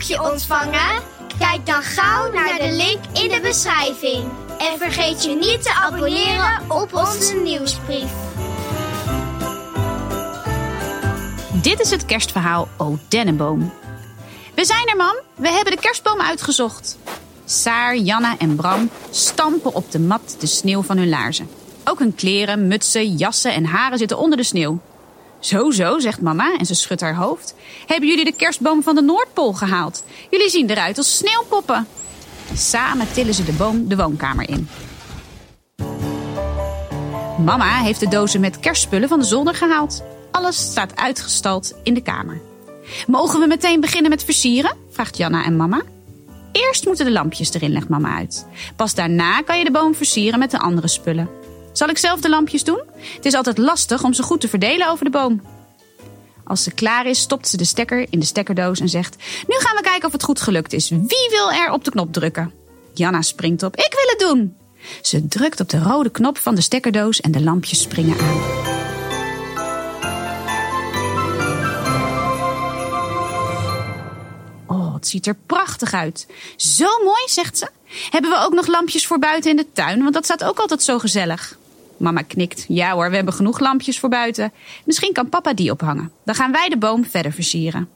cadeautje ontvangen? Kijk dan gauw naar de link in de beschrijving. En vergeet je niet te abonneren op onze nieuwsbrief. Dit is het kerstverhaal O Dennenboom. We zijn er, mam. We hebben de kerstboom uitgezocht. Saar, Janna en Bram stampen op de mat de sneeuw van hun laarzen. Ook hun kleren, mutsen, jassen en haren zitten onder de sneeuw. Zo, zegt mama en ze schudt haar hoofd. Hebben jullie de kerstboom van de Noordpool gehaald? Jullie zien eruit als sneeuwpoppen. Samen tillen ze de boom de woonkamer in. Mama heeft de dozen met kerstspullen van de zolder gehaald. Alles staat uitgestald in de kamer. Mogen we meteen beginnen met versieren? Vraagt Janna en mama. Eerst moeten de lampjes erin, legt mama uit. Pas daarna kan je de boom versieren met de andere spullen. Zal ik zelf de lampjes doen? Het is altijd lastig om ze goed te verdelen over de boom. Als ze klaar is, stopt ze de stekker in de stekkerdoos en zegt: nu gaan we kijken of het goed gelukt is. Wie wil er op de knop drukken? Janna springt op. Ik wil het doen! Ze drukt op de rode knop van de stekkerdoos en de lampjes springen aan. Oh, het ziet er prachtig uit. Zo mooi, zegt ze. Hebben we ook nog lampjes voor buiten in de tuin? Want dat staat ook altijd zo gezellig. Mama knikt. Ja hoor, we hebben genoeg lampjes voor buiten. Misschien kan papa die ophangen. Dan gaan wij de boom verder versieren.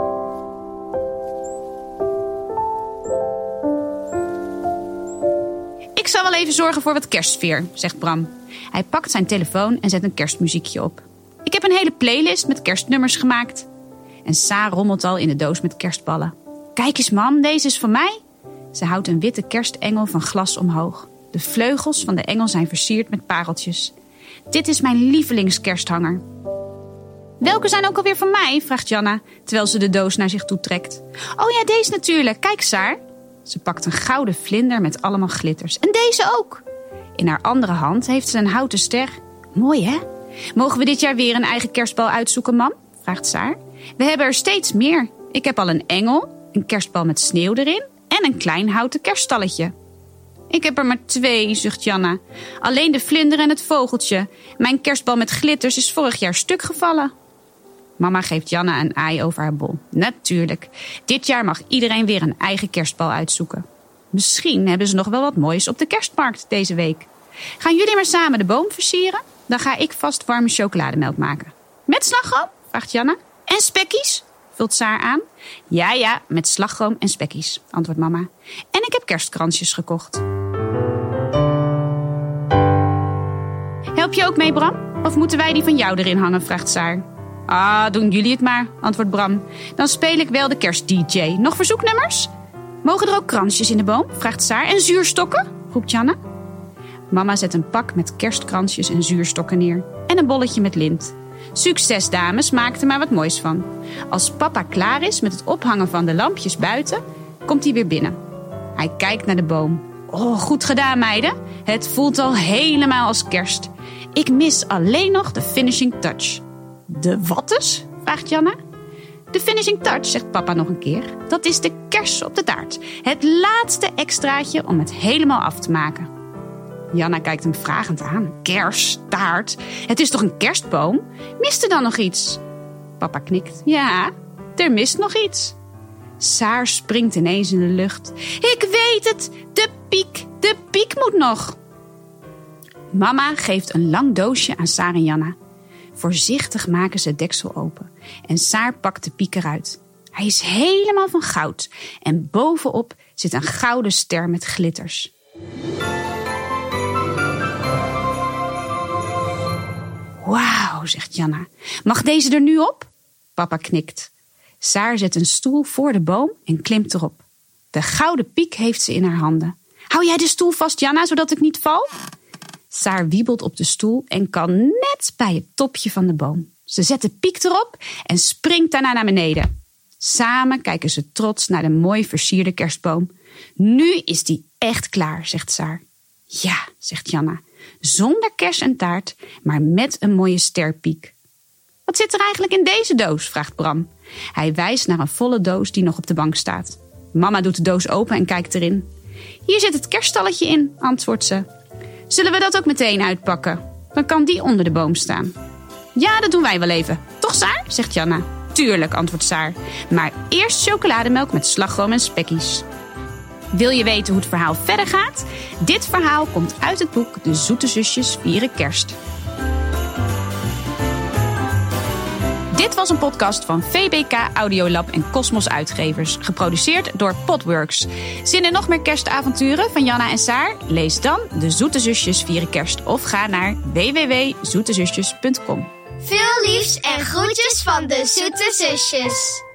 Ik zal wel even zorgen voor wat kerstsfeer, zegt Bram. Hij pakt zijn telefoon en zet een kerstmuziekje op. Ik heb een hele playlist met kerstnummers gemaakt. En Saar rommelt al in de doos met kerstballen. Kijk eens, mam, deze is van mij. Ze houdt een witte kerstengel van glas omhoog. De vleugels van de engel zijn versierd met pareltjes. Dit is mijn lievelingskersthanger. Welke zijn ook alweer van mij? Vraagt Janna, terwijl ze de doos naar zich toe trekt. Oh ja, deze natuurlijk. Kijk, Saar. Ze pakt een gouden vlinder met allemaal glitters. En deze ook. In haar andere hand heeft ze een houten ster. Mooi, hè? Mogen we dit jaar weer een eigen kerstbal uitzoeken, mam? Vraagt Saar. We hebben er steeds meer. Ik heb al een engel, een kerstbal met sneeuw erin en een klein houten kerststalletje. Ik heb er maar 2, zucht Janna. Alleen de vlinder en het vogeltje. Mijn kerstbal met glitters is vorig jaar stuk gevallen. Mama geeft Janna een aai over haar bol. Natuurlijk. Dit jaar mag iedereen weer een eigen kerstbal uitzoeken. Misschien hebben ze nog wel wat moois op de kerstmarkt deze week. Gaan jullie maar samen de boom versieren? Dan ga ik vast warme chocolademelk maken. Met slagroom? Vraagt Janna. En spekkies? Vult Saar aan. Ja, met slagroom en spekkies, antwoordt mama. En ik heb kerstkransjes gekocht. Help je ook mee, Bram? Of moeten wij die van jou erin hangen, vraagt Saar. Doen jullie het maar, antwoordt Bram. Dan speel ik wel de kerst-dj. Nog verzoeknummers? Mogen er ook kransjes in de boom, vraagt Saar. En zuurstokken, roept Janna. Mama zet een pak met kerstkransjes en zuurstokken neer. En een bolletje met lint. Succes, dames, maak er maar wat moois van. Als papa klaar is met het ophangen van de lampjes buiten, komt hij weer binnen. Hij kijkt naar de boom. Oh, goed gedaan, meiden. Het voelt al helemaal als kerst. Ik mis alleen nog de finishing touch. De wat dus? Vraagt Janna. De finishing touch, zegt papa nog een keer. Dat is de kers op de taart. Het laatste extraatje om het helemaal af te maken. Janna kijkt hem vragend aan. Kersttaart? Het is toch een kerstboom? Mist er dan nog iets? Papa knikt. Ja, er mist nog iets. Saar springt ineens in de lucht. Ik weet het! De piek moet nog. Mama geeft een lang doosje aan Saar en Janna. Voorzichtig maken ze het deksel open. En Saar pakt de piek eruit. Hij is helemaal van goud. En bovenop zit een gouden ster met glitters. Wauw, zegt Janna. Mag deze er nu op? Papa knikt. Saar zet een stoel voor de boom en klimt erop. De gouden piek heeft ze in haar handen. Hou jij de stoel vast, Janna, zodat ik niet val? Saar wiebelt op de stoel en kan net bij het topje van de boom. Ze zet de piek erop en springt daarna naar beneden. Samen kijken ze trots naar de mooi versierde kerstboom. Nu is die echt klaar, zegt Saar. Ja, zegt Janna. Zonder kers en taart, maar met een mooie sterpiek. Wat zit er eigenlijk in deze doos? Vraagt Bram. Hij wijst naar een volle doos die nog op de bank staat. Mama doet de doos open en kijkt erin. Hier zit het kerststalletje in, antwoordt ze. Zullen we dat ook meteen uitpakken? Dan kan die onder de boom staan. Ja, dat doen wij wel even. Toch, Saar? Zegt Janna. Tuurlijk, antwoordt Saar. Maar eerst chocolademelk met slagroom en spekkies. Wil je weten hoe het verhaal verder gaat? Dit verhaal komt uit het boek De Zoete Zusjes Vieren Kerst. Dit was een podcast van VBK Audiolab en Cosmos Uitgevers. Geproduceerd door Podworks. Zin in nog meer kerstavonturen van Janna en Saar? Lees dan De Zoete Zusjes Vieren Kerst of ga naar www.zoetezusjes.com. Veel liefs en groetjes van de Zoete Zusjes.